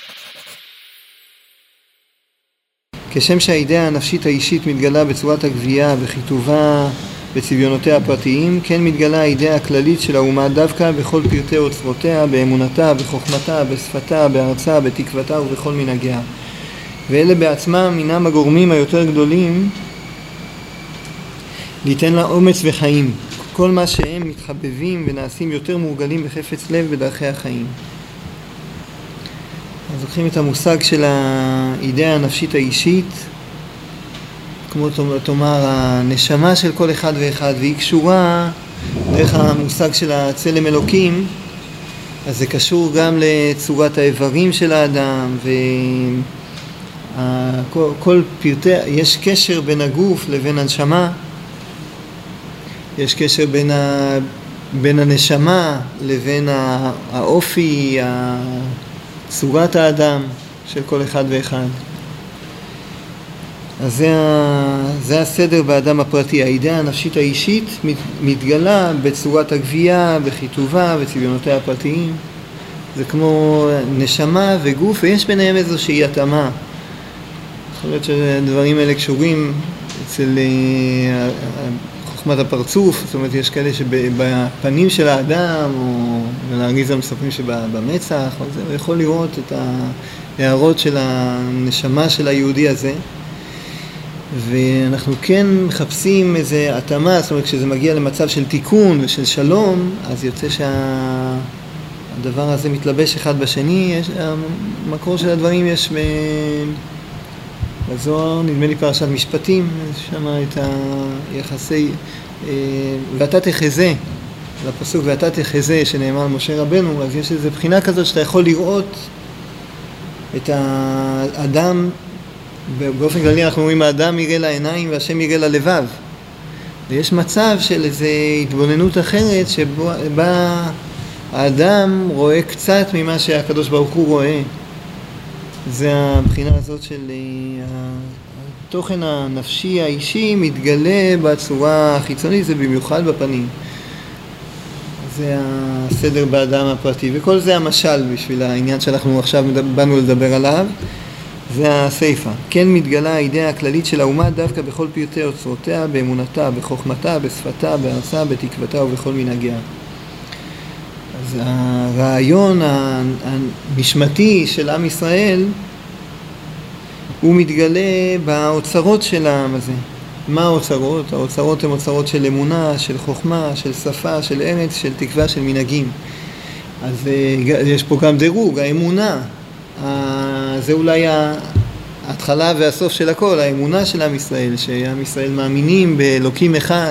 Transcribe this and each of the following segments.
כשם שהאידאה הנפשית האישית מתגלה בצורת הגבייה וכיתובה בצביונותיה הפרטיים, כן מתגלה האידאה הכללית של האומה דווקא בכל פרטי אוצרותיה, באמונתה, בחוכמתה, בשפתה, בארצה, בתקוותה ובכל מנהגיה. ואלה בעצמם מינם הגורמים היותר גדולים ליתן לה אומץ וחיים. כל מה שהם מתחבבים ונעשים יותר מורגלים בחפץ לב בדרכי החיים. אז לוקחים את המושג של האידאה הנפשית האישית, כמו תאמר הנשמה של כל אחד ואחד, והיא קשורה דרך המושג של הצלם אלוקים, אז זה קשור גם לצורת האיברים של האדם, וכל פרטי, יש קשר בין הגוף לבין הנשמה, יש קשר בין הנשמה לבין האופי, צורת האדם של כל אחד ואחד. אז זה הסדר באדם הפרטי. האידאה הנפשית האישית מתגלה בצורת הגבייה, בכיתובה, בצביונותיה הפרטיים. זה כמו נשמה וגוף, ויש ביניהם איזושהי התאמה. יכול להיות שהדברים האלה קשורים אצל חוכמת הפרצוף, זאת אומרת יש כאלה שבפנים של האדם, או בנרגיזה מספרים שבמצח, הוא יכול לראות את ההערות של הנשמה של היהודי הזה, ואנחנו כן מחפשים איזו התאמה, זאת אומרת כשזה מגיע למצב של תיקון ושל שלום, אז יוצא שהדבר הזה מתלבש אחד בשני. המקור של הדברים יש בזוהר, נדמה לי פרשת משפטים, שם את היחסי ואתה תחזה, לפסוק ואתה תחזה שנאמר על משה רבנו, אז יש איזו בחינה כזאת שאתה יכול לראות את האדם, באופן כללי אנחנו אומרים האדם יראה לעיניים והשם יראה ללבב, ויש מצב של איזו התבוננות אחרת שבה האדם רואה קצת ממה שהקדוש ברוך הוא רואה. זה הבחינה הזאת של התוכן הנפשי האישי מתגלה בצורה החיצונית, זה במיוחד בפנים. זה הסדר באדם הפרטי, וכל זה המשל בשביל העניין שאנחנו עכשיו באנו לדבר עליו, זה הסיפה. כן מתגלה האידאה הכללית של האומה דווקא בכל פרטי אוצרותיה, באמונתה, בחוכמתה, בשפתה, בארצה, בתקוותה ובכל מנהגיה. אז הרעיון המשמעתי של עם ישראל הוא מתגלה באוצרות של העם הזה. מה האוצרות? האוצרות הן אוצרות של אמונה, של חוכמה, של שפה, של ארץ, של תקווה, של מנהגים. אז יש פה גם דירוג, האמונה, זה אולי ההתחלה והסוף של הכל, האמונה של עם ישראל, שעם ישראל מאמינים באלוקים אחד,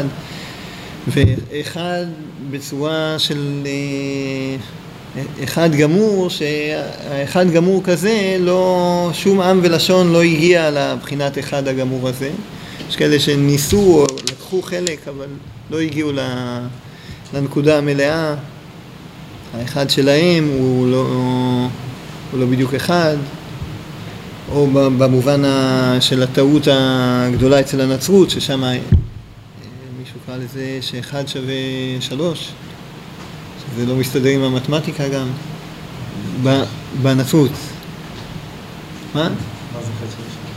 ואחד בצורה של אחד גמור, שהאחד גמור כזה, לא, שום עם ולשון לא הגיע לבחינת אחד הגמור הזה. יש כאלה שניסו או לקחו חלק, אבל לא הגיעו לנקודה המלאה. האחד שלהם הוא לא בדיוק אחד, או במובן של הטעות הגדולה אצל הנצרות, ששם מישהו קרא לזה שאחד שווה 3, שזה לא מסתדר עם המתמטיקה גם, בנצרות. מה? מה זה חד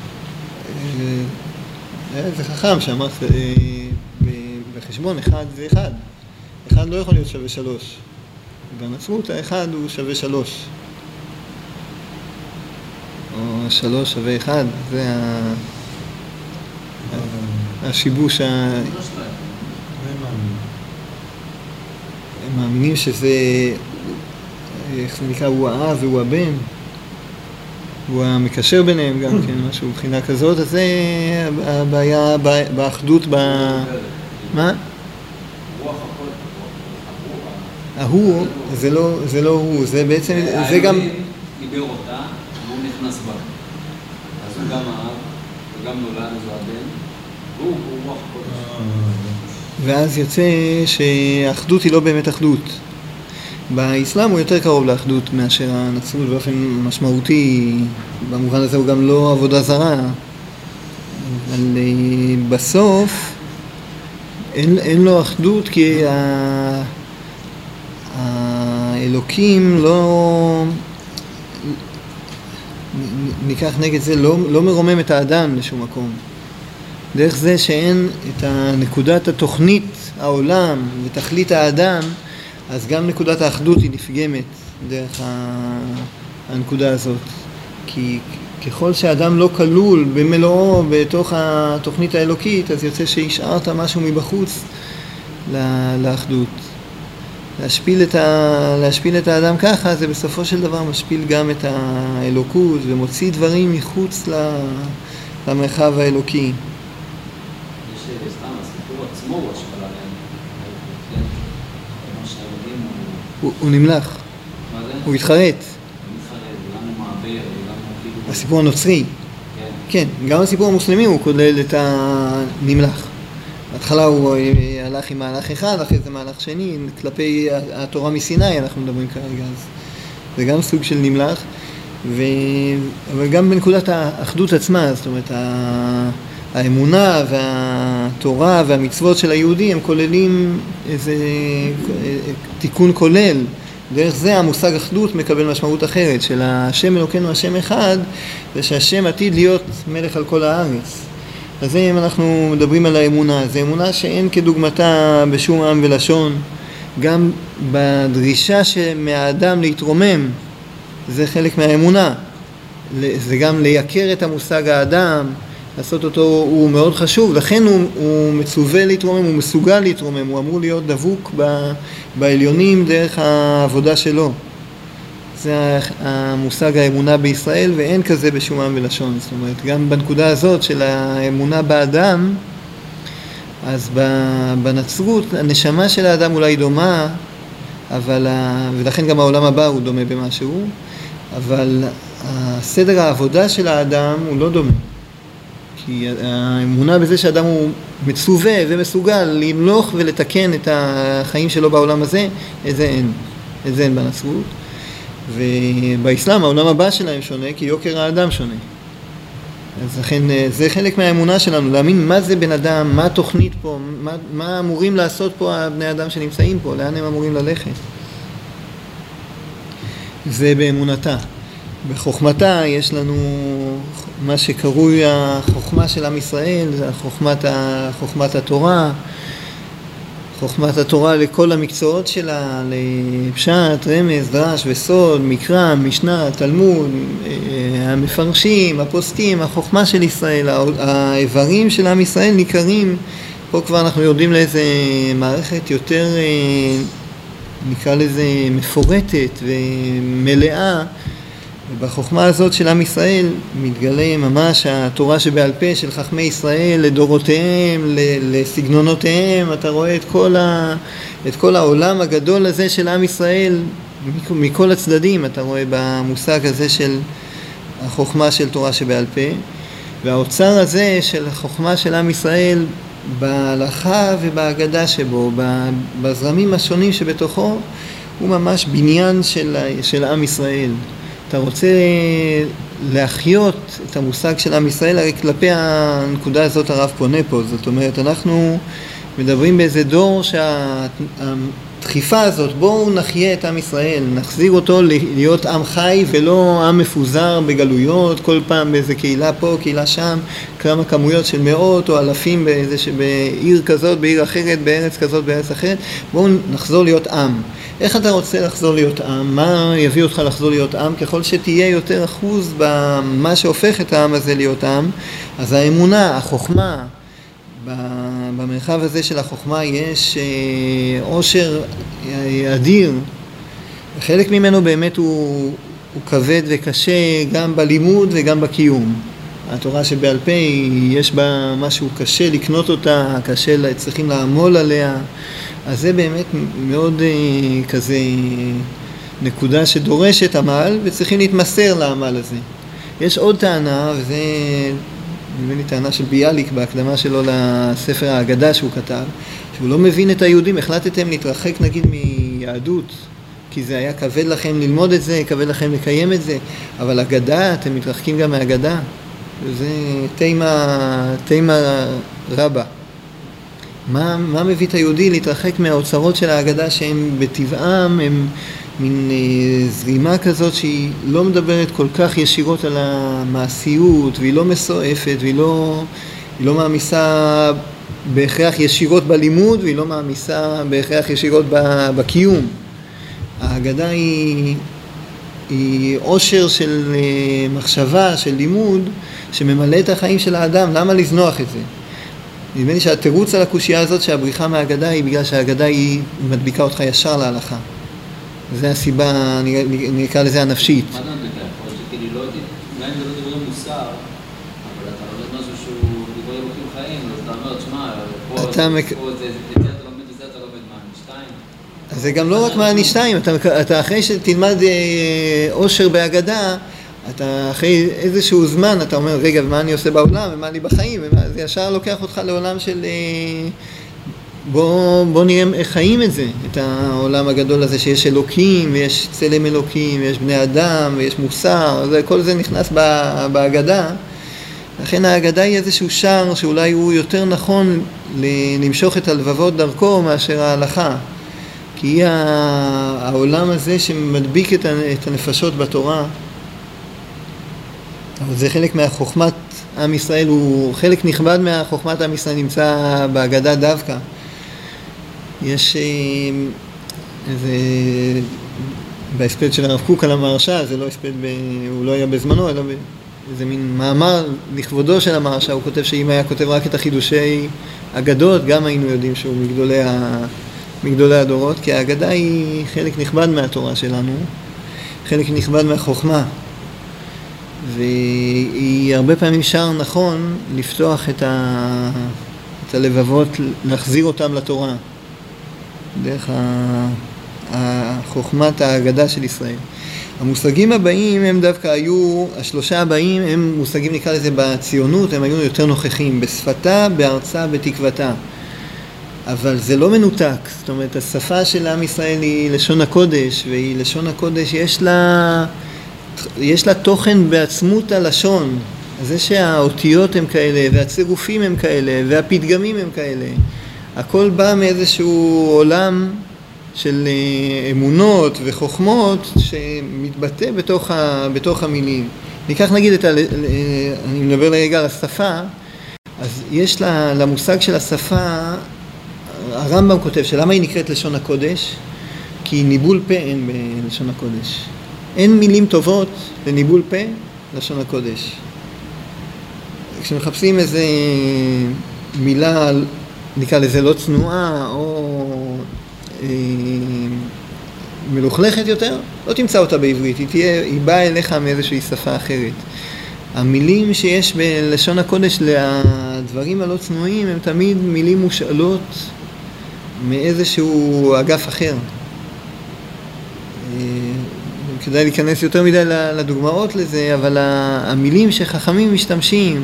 שווה? זה חכם שאמר בחשבון אחד זה אחד. אחד לא יכול להיות שווה 3. בנצרות האחד הוא שווה 3. או 3 שווה 1. זה השיבוש הם מאמינים שזה, איך זה נקרא, הוא האב והוא הבן, הוא המקשר ביניהם גם כן, משהו בחינה כזאת. אז זה הבעיה באחדות מה? ההוא, זה לא הוא, זה בעצם, זה גם דיבר אותה, והוא נכנס בה. אז הוא גם האב, וגם נולד, אז הוא הבן, והוא רוח הקודש. ואז יוצא שהאחדות היא לא באמת אחדות. באסלאם הוא יותר קרוב לאחדות מאשר הנצרות באופן משמעותי, במובן הזה הוא גם לא עבודה זרה, אבל בסוף אין לו אחדות כי האלוקים לא, ניקח נגד זה, לא מרומם את האדם לשום מקום. דרך זה שאין את נקודת התוכנית העולם ותכלית האדם, אז גם נקודת האחדות היא נפגמת דרך הנקודה הזאת. כי ככל שהאדם לא כלול במלואו בתוך התוכנית האלוקית, אז יוצא שהשארת משהו מבחוץ לאחדות. להשפיל את האדם ככה, זה בסופו של דבר משפיל גם את האלוקות ומוציא דברים מחוץ למרחב האלוקי. יש סתם, הסיפור עצמו הוא השפלה להם. כמו שהילדים הוא נמלך. מה זה? הוא התחרט. הוא מתחרט, וגם הוא מעבר, וגם הוא כאילו... הסיפור הנוצרי. כן. כן, גם הסיפור המוסלמי הוא כולל את הנמלך. בהתחלה הוא הלך עם מהלך אחד, אחרי זה מהלך שני, כלפי התורה מסיני אנחנו מדברים כרגע, אז זה גם סוג של נמלך, אבל גם בנקודת האחדות עצמה, זאת אומרת, האמונה והתורה והמצוות של היהודי הם כוללים איזה תיקון כולל. דרך זה המושג אחדות מקבל משמעות אחרת, של השם אלוקינו השם אחד, ושהשם עתיד להיות מלך על כל הארץ. אז אם אנחנו מדברים על האמונה, זו אמונה שאין כדוגמתה בשום עם ולשון, גם בדרישה מהאדם להתרומם, זה חלק מהאמונה. זה גם לייקר את המושג האדם, לעשות אותו הוא מאוד חשוב, לכן הוא מצווה להתרומם, הוא מסוגל להתרומם, הוא אמור להיות דבוק בעליונים דרך העבודה שלו. זה המושג האמונה בישראל, ואין כזה בשום עם ולשון. זאת אומרת, גם בנקודה הזאת של האמונה באדם, אז בנצרות הנשמה של האדם אולי דומה, ולכן גם העולם הבא הוא דומה במשהו, אבל סדר העבודה של האדם הוא לא דומה. כי האמונה בזה שהאדם הוא מצווה ומסוגל למלוך ולתקן את החיים שלו בעולם הזה, את זה אין בנצרות. ובאסלאם העולם הבא שלהם שונה, כי יוקר האדם שונה. אז לכן זה חלק מהאמונה שלנו, להאמין מה זה בן אדם, מה התוכנית פה, מה אמורים לעשות פה הבני אדם שנמצאים פה, לאן הם אמורים ללכת. זה באמונתה. בחוכמתה יש לנו מה שקרוי החוכמה של עם ישראל, זה חוכמת התורה, חוכמת התורה לכל המקצועות שלה, לפשט, רמז, דרש וסוד, מקרא, משנה, תלמוד, המפרשים, הפוסקים, החוכמה של ישראל, האיברים של עם ישראל ניכרים. פה כבר אנחנו יורדים לאיזה מערכת יותר, נקרא לזה מפורטת ומלאה. ובחוכמה הזאת של עם ישראל מתגלה ממש התורה שבעל פה של חכמי ישראל לדורותיהם, לסגנונותיהם. אתה רואה את כל העולם הגדול הזה של עם ישראל מכל הצדדים, אתה רואה במושג הזה של החוכמה של תורה שבעל פה. והאוצר הזה של החוכמה של עם ישראל בהלכה ובהגדה שבו, בזרמים השונים שבתוכו, הוא ממש בניין של עם ישראל. אתה רוצה להחיות את המושג של עם ישראל, הרי כלפי הנקודה הזאת הרב פונה פה. זאת אומרת, אנחנו מדברים באיזה דור שהדחיפה הזאת, בואו נחיה את עם ישראל, נחזיר אותו להיות עם חי ולא עם מפוזר בגלויות, כל פעם באיזה קהילה פה, קהילה שם, כמה כמויות של מאות או אלפים בעיר כזאת, בעיר אחרת, בארץ כזאת, בארץ אחרת. בואו נחזור להיות עם. איך אתה רוצה לחזור להיות עם? מה יביא אותך לחזור להיות עם? ככל שתהיה יותר אחוז במה שהופך את העם הזה להיות עם, אז האמונה, החוכמה, במרחב הזה של החוכמה יש עושר אדיר. חלק ממנו באמת הוא כבד וקשה גם בלימוד וגם בקיום. התורה שבעל פה יש בה משהו קשה לקנות אותה, קשה, צריכים לעמול עליה. אז זה באמת מאוד כזה נקודה שדורשת עמל, וצריכים להתמסר לעמל הזה. יש עוד טענה, וזה נדמה לי טענה של ביאליק בהקדמה שלו לספר ההגדה שהוא כתב, שהוא לא מבין את היהודים. החלטתם להתרחק נגיד מיהדות, כי זה היה כבד לכם ללמוד את זה, כבד לכם לקיים את זה, אבל הגדה, אתם מתרחקים גם מהגדה. וזה תימה רבה. מה מביא את היהודי להתרחק מהאוצרות של ההגדה שהם בטבעם, מין זרימה כזאת שהיא לא מדברת כל כך ישירות על המעשיות, והיא לא מסועפת, והיא לא מעמיסה בהכרח ישירות בלימוד, והיא לא מעמיסה בהכרח ישירות בקיום. ההגדה היא עושר של מחשבה, של לימוד, שממלא את החיים של האדם. למה לזנוח את זה? נדמה לי שהתירוץ על הקושייה הזאת שהבריחה מההגדה היא בגלל שההגדה היא מדביקה אותך ישר להלכה. זה הסיבה, נקרא לזה הנפשית. מה אתה מדבר? יכול להיות שכאילו לא יודעים, אולי זה לא דברי מוסר, אבל אתה לומד משהו שהוא דברי אלוקים חיים, אז אתה אומר, תשמע, פה זה אתה לומד וזה אתה לומד מהנשתיים. זה גם לא רק מהנשתיים, אתה אחרי שתלמד עושר בהגדה, אתה אחרי איזשהו זמן, אתה אומר, רגע, ומה אני עושה בעולם, ומה אני בחיים, זה ישר לוקח אותך לעולם של... בוא נראה איך חיים את זה, את העולם הגדול הזה שיש אלוקים, ויש צלם אלוקים, ויש בני אדם, ויש מוסר, כל זה נכנס בהגדה. לכן ההגדה היא איזשהו שער שאולי הוא יותר נכון למשוך את הלבבות דרכו מאשר ההלכה. כי היא העולם הזה שמדביק את הנפשות בתורה. אבל זה חלק מהחוכמת עם ישראל, הוא חלק נכבד מהחוכמת עם ישראל נמצא בהגדה דווקא. יש איזה, בהספד של הרב קוק על המהרש"א, זה לא הספד, הוא לא היה בזמנו, אלא איזה מין מאמר לכבודו של המהרש"א, הוא כותב שאם היה כותב רק את החידושי אגדות, גם היינו יודעים שהוא מגדולי הדורות, כי האגדה היא חלק נכבד מהתורה שלנו, חלק נכבד מהחוכמה, והיא הרבה פעמים שער נכון לפתוח את הלבבות, להחזיר אותם לתורה. דרך חוכמת ההגדה של ישראל. המושגים הבאים הם דווקא היו, השלושה הבאים הם מושגים נקרא לזה בציונות, הם היו יותר נוכחים, בשפתה, בארצה, בתקוותה. אבל זה לא מנותק, זאת אומרת השפה של עם ישראל היא לשון הקודש, והיא לשון הקודש יש לה תוכן בעצמות הלשון. זה שהאותיות הם כאלה, והצירופים הם כאלה, והפתגמים הם כאלה. הכל בא מאיזשהו עולם של אמונות וחוכמות שמתבטא בתוך המילים. ניקח נגיד אני מדבר לרגע על השפה, אז יש למושג של השפה, הרמב"ם כותב שלמה היא נקראת לשון הקודש? כי ניבול פה אין בלשון הקודש. אין מילים טובות לניבול פה לשון הקודש. כשמחפשים איזה מילה, נקרא לזה לא צנועה או מלוכלכת יותר, לא תמצא אותה בעברית, היא באה אליך מאיזושהי שפה אחרת. המילים שיש בלשון הקודש לדברים הלא צנועים הם תמיד מילים מושאלות מאיזשהו אגף אחר. כדאי להיכנס יותר מדי לדוגמאות לזה, אבל המילים שחכמים משתמשים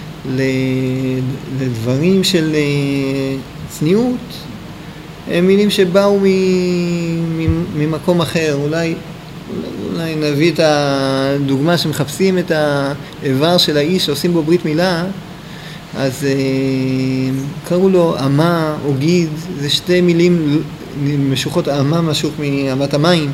לדברים של צניעות, הם מילים שבאו ממקום אחר. אולי נביא את הדוגמה שמחפשים את האיבר של האיש שעושים בו ברית מילה, אז קראו לו אמה או גיד, זה שתי מילים משוחות, אמה משוך מאמת המים,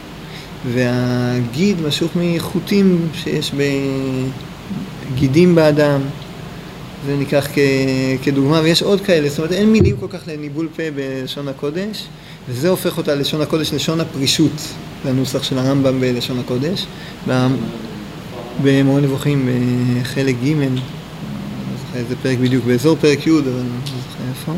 והגיד משוך מחוטים שיש בגידים באדם. זה ניקח כדוגמה, ויש עוד כאלה. זאת אומרת, אין מילים כל כך לניבול פה בלשון הקודש, וזה הופך אותה לשון הקודש, לשון הפרישות, לנוסח של הרמב"ם בלשון הקודש, במורה נבוכים בחלק ג', לא זוכר איזה פרק בדיוק, באזור פרק י', אבל לא זוכר איפה.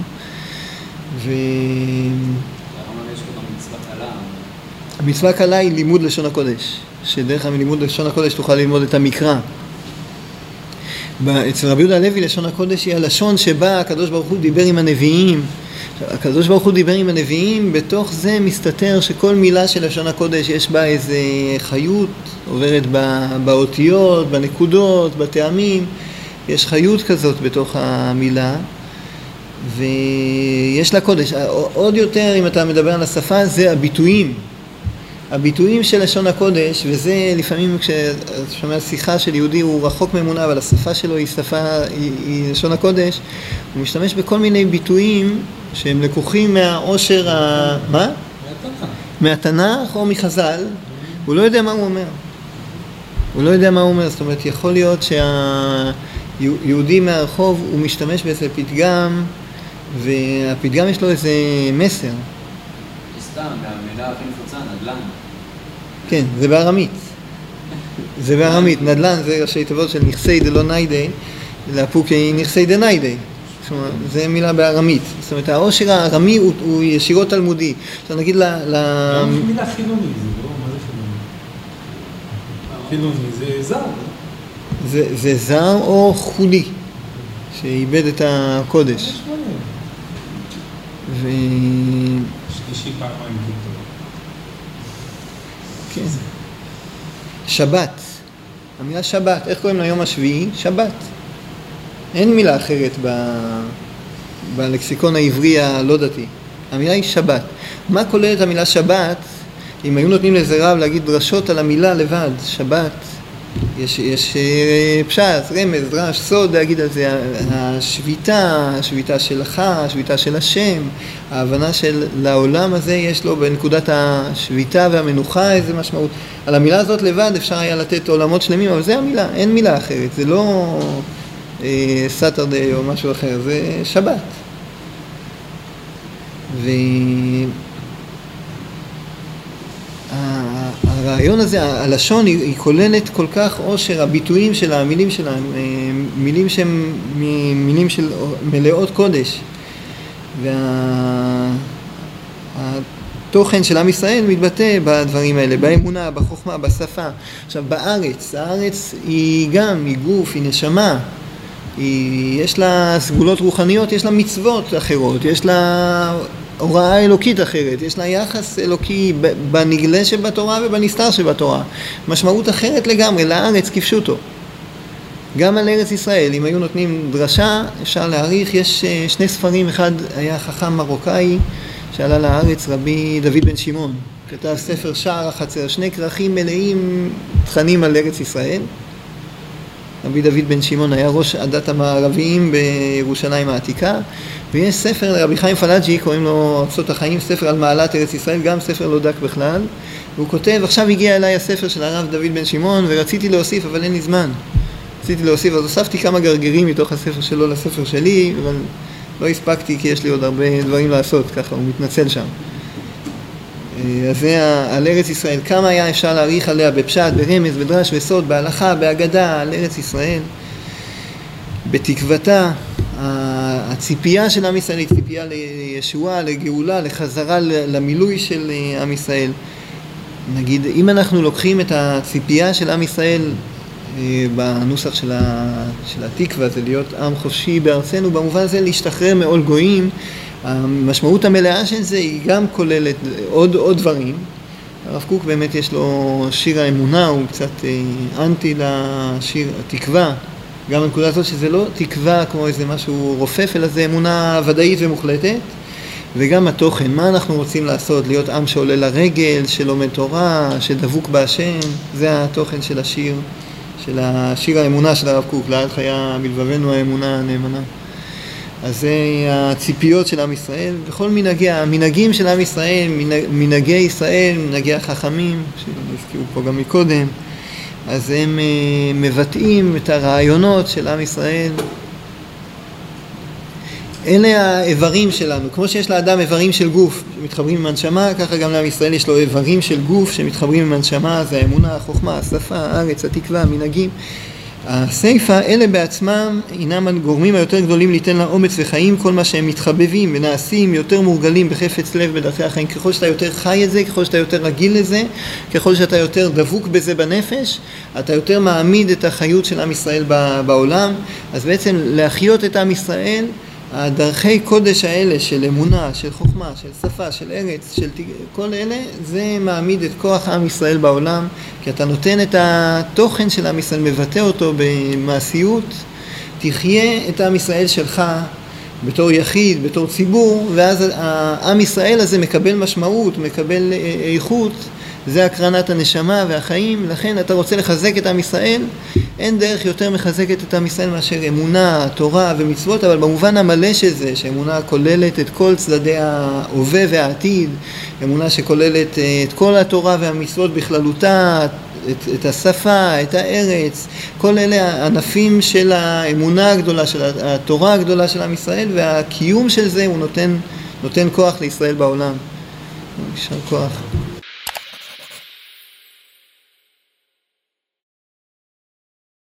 המצווה קלה היא לימוד לשון הקודש, שדרך הלימוד לשון הקודש תוכל ללמוד את המקרא. אצל רבי יהודה הלוי לשון הקודש היא הלשון שבה הקדוש ברוך הוא דיבר עם הנביאים. הקדוש ברוך הוא דיבר עם הנביאים, בתוך זה מסתתר שכל מילה של לשון הקודש יש בה איזה חיות, עוברת באותיות, בנקודות, בטעמים, יש חיות כזאת בתוך המילה, ויש לה קודש. עוד יותר, אם אתה מדבר על השפה, זה הביטויים. הביטויים של לשון הקודש, וזה לפעמים כשאתה שומע שיחה של יהודי הוא רחוק מאמונה, אבל השפה שלו היא לשון הקודש, הוא משתמש בכל מיני ביטויים שהם לקוחים מהעושר, מהתנ"ך או מחז"ל, הוא לא יודע מה הוא אומר. הוא לא יודע מה הוא אומר, זאת אומרת, יכול להיות שהיהודי מהרחוב הוא משתמש באיזה פתגם, והפתגם יש לו איזה מסר. סתם, והמילה הכי נפוצה, נדל"ן. כן, זה בארמית. זה בארמית. נדל"ן זה ראשי תיבות של נכסי דלא ניידי, לאפוקי נכסי דניידי. זאת אומרת, זה מילה בארמית. זאת אומרת, העושר הארמי הוא ישירות תלמודי. עכשיו נגיד לא מילה חילוני, זה לא, מה זה חילוני? חילוני זה זר. זה זר או חולי, שאיבד את הקודש. שלישי פעמיים כתוב. כן. שבת. המילה שבת, איך קוראים ליום השביעי? שבת. אין מילה אחרת בלקסיקון העברי הלא דתי. המילה היא שבת. מה כוללת המילה שבת? אם היו נותנים לזה רב להגיד דרשות על המילה לבד, שבת, יש פשט, רמז, דרש, סוד להגיד על זה, השביתה שלך, השביתה של השם, ההבנה של לעולם הזה יש לו בנקודת השביתה והמנוחה איזה משמעות. על המילה הזאת לבד אפשר היה לתת עולמות שלמים, אבל זה המילה, אין מילה אחרת, זה לא סאטרדיי או משהו אחר, זה שבת. הרעיון הזה, הלשון היא כוללת כל כך עושר, הביטויים שלה, המילים שלה, מילים שהן מילים של מלאות קודש. והתוכן של עם ישראל מתבטא בדברים האלה, באמונה, בחוכמה, בשפה. עכשיו בארץ, הארץ היא גם, היא גוף, היא נשמה, יש לה סגולות רוחניות, יש לה מצוות אחרות, יש לה הוראה אלוקית אחרת, יש לה יחס אלוקי בנגלה שבתורה ובנסתר שבתורה, משמעות אחרת לגמרי, לארץ כפשוטו. גם על ארץ ישראל, אם היו נותנים דרשה, אפשר להעריך, יש שני ספרים, אחד היה חכם מרוקאי שעלה לארץ, רבי דוד בן שמעון, כתב ספר שער החצר, שני כרכים מלאים תכנים על ארץ ישראל. רבי דוד בן שמעון היה ראש עדת המערביים בירושלים העתיקה, ויש ספר לרבי חיים פלאג'י, קוראים לו ארצות החיים, ספר על מעלת ארץ ישראל, גם ספר לא דק בכלל, והוא כותב, עכשיו הגיע אליי הספר של הרב דוד בן שמעון, ורציתי להוסיף, אבל אין לי זמן. רציתי להוסיף, אז הוספתי כמה גרגרים מתוך הספר שלו לספר שלי, אבל לא הספקתי כי יש לי עוד הרבה דברים לעשות, ככה הוא מתנצל שם. אז זה על ארץ ישראל, כמה היה אפשר להעריך עליה בפשט, ברמז, בדרש, בסוד, בהלכה, בהגדה, על ארץ ישראל, בתקוותה, הציפייה של עם ישראל היא ציפייה לישועה, לגאולה, לחזרה למילוי של עם ישראל. נגיד, אם אנחנו לוקחים את הציפייה של עם ישראל בנוסח של התקווה, זה להיות עם חופשי בארצנו, במובן הזה להשתחרר מעול גויים, המשמעות המלאה של זה היא גם כוללת עוד דברים. הרב קוק באמת יש לו שיר האמונה, הוא קצת אנטי לשיר התקווה, גם בנקודה הזאת שזה לא תקווה כמו איזה משהו רופף, אלא זה אמונה ודאית ומוחלטת. וגם התוכן, מה אנחנו רוצים לעשות, להיות עם שעולה לרגל, שלומד תורה, שדבוק בהשם, זה התוכן של השיר האמונה של הרב קוק, לעד חיה בלבבנו האמונה הנאמנה. אז זה הציפיות של עם ישראל, וכל המנהגים של עם ישראל, מנהגי ישראל, מנהגי החכמים, שהזכירו פה גם מקודם, אז הם מבטאים את הרעיונות של עם ישראל. אלה האיברים שלנו, כמו שיש לאדם איברים של גוף שמתחברים עם הנשמה, ככה גם לעם ישראל יש לו איברים של גוף שמתחברים עם הנשמה, זה האמונה, החוכמה, השפה, הארץ, התקווה, המנהגים. הסיפה, אלה בעצמם אינם הגורמים היותר גדולים ליתן לה אומץ וחיים, כל מה שהם מתחבבים ונעשים יותר מורגלים בחפץ לב בדרכי החיים. ככל שאתה יותר חי את זה, ככל שאתה יותר רגיל לזה, ככל שאתה יותר דבוק בזה בנפש, אתה יותר מעמיד את החיות של עם ישראל בעולם. אז בעצם להחיות את עם ישראל, הדרכי קודש האלה של אמונה, של חוכמה, של שפה, של ארץ, של כל אלה, זה מעמיד את כוח עם ישראל בעולם, כי אתה נותן את התוכן של עם ישראל, מבטא אותו במעשיות, תחיה את עם ישראל שלך בתור יחיד, בתור ציבור, ואז העם ישראל הזה מקבל משמעות, מקבל איכות, זה הקרנת הנשמה והחיים. לכן אתה רוצה לחזק את עם ישראל, אין דרך יותר מחזקת את עם ישראל מאשר אמונה, תורה ומצוות, אבל במובן המלא של זה, שאמונה כוללת את כל צדדי ההווה והעתיד, אמונה שכוללת את כל התורה והמצוות בכללותה, את השפה, את הארץ, כל אלה הענפים של האמונה הגדולה, של התורה הגדולה של עם ישראל, והקיום של זה הוא נותן כוח לישראל בעולם. יישר כוח.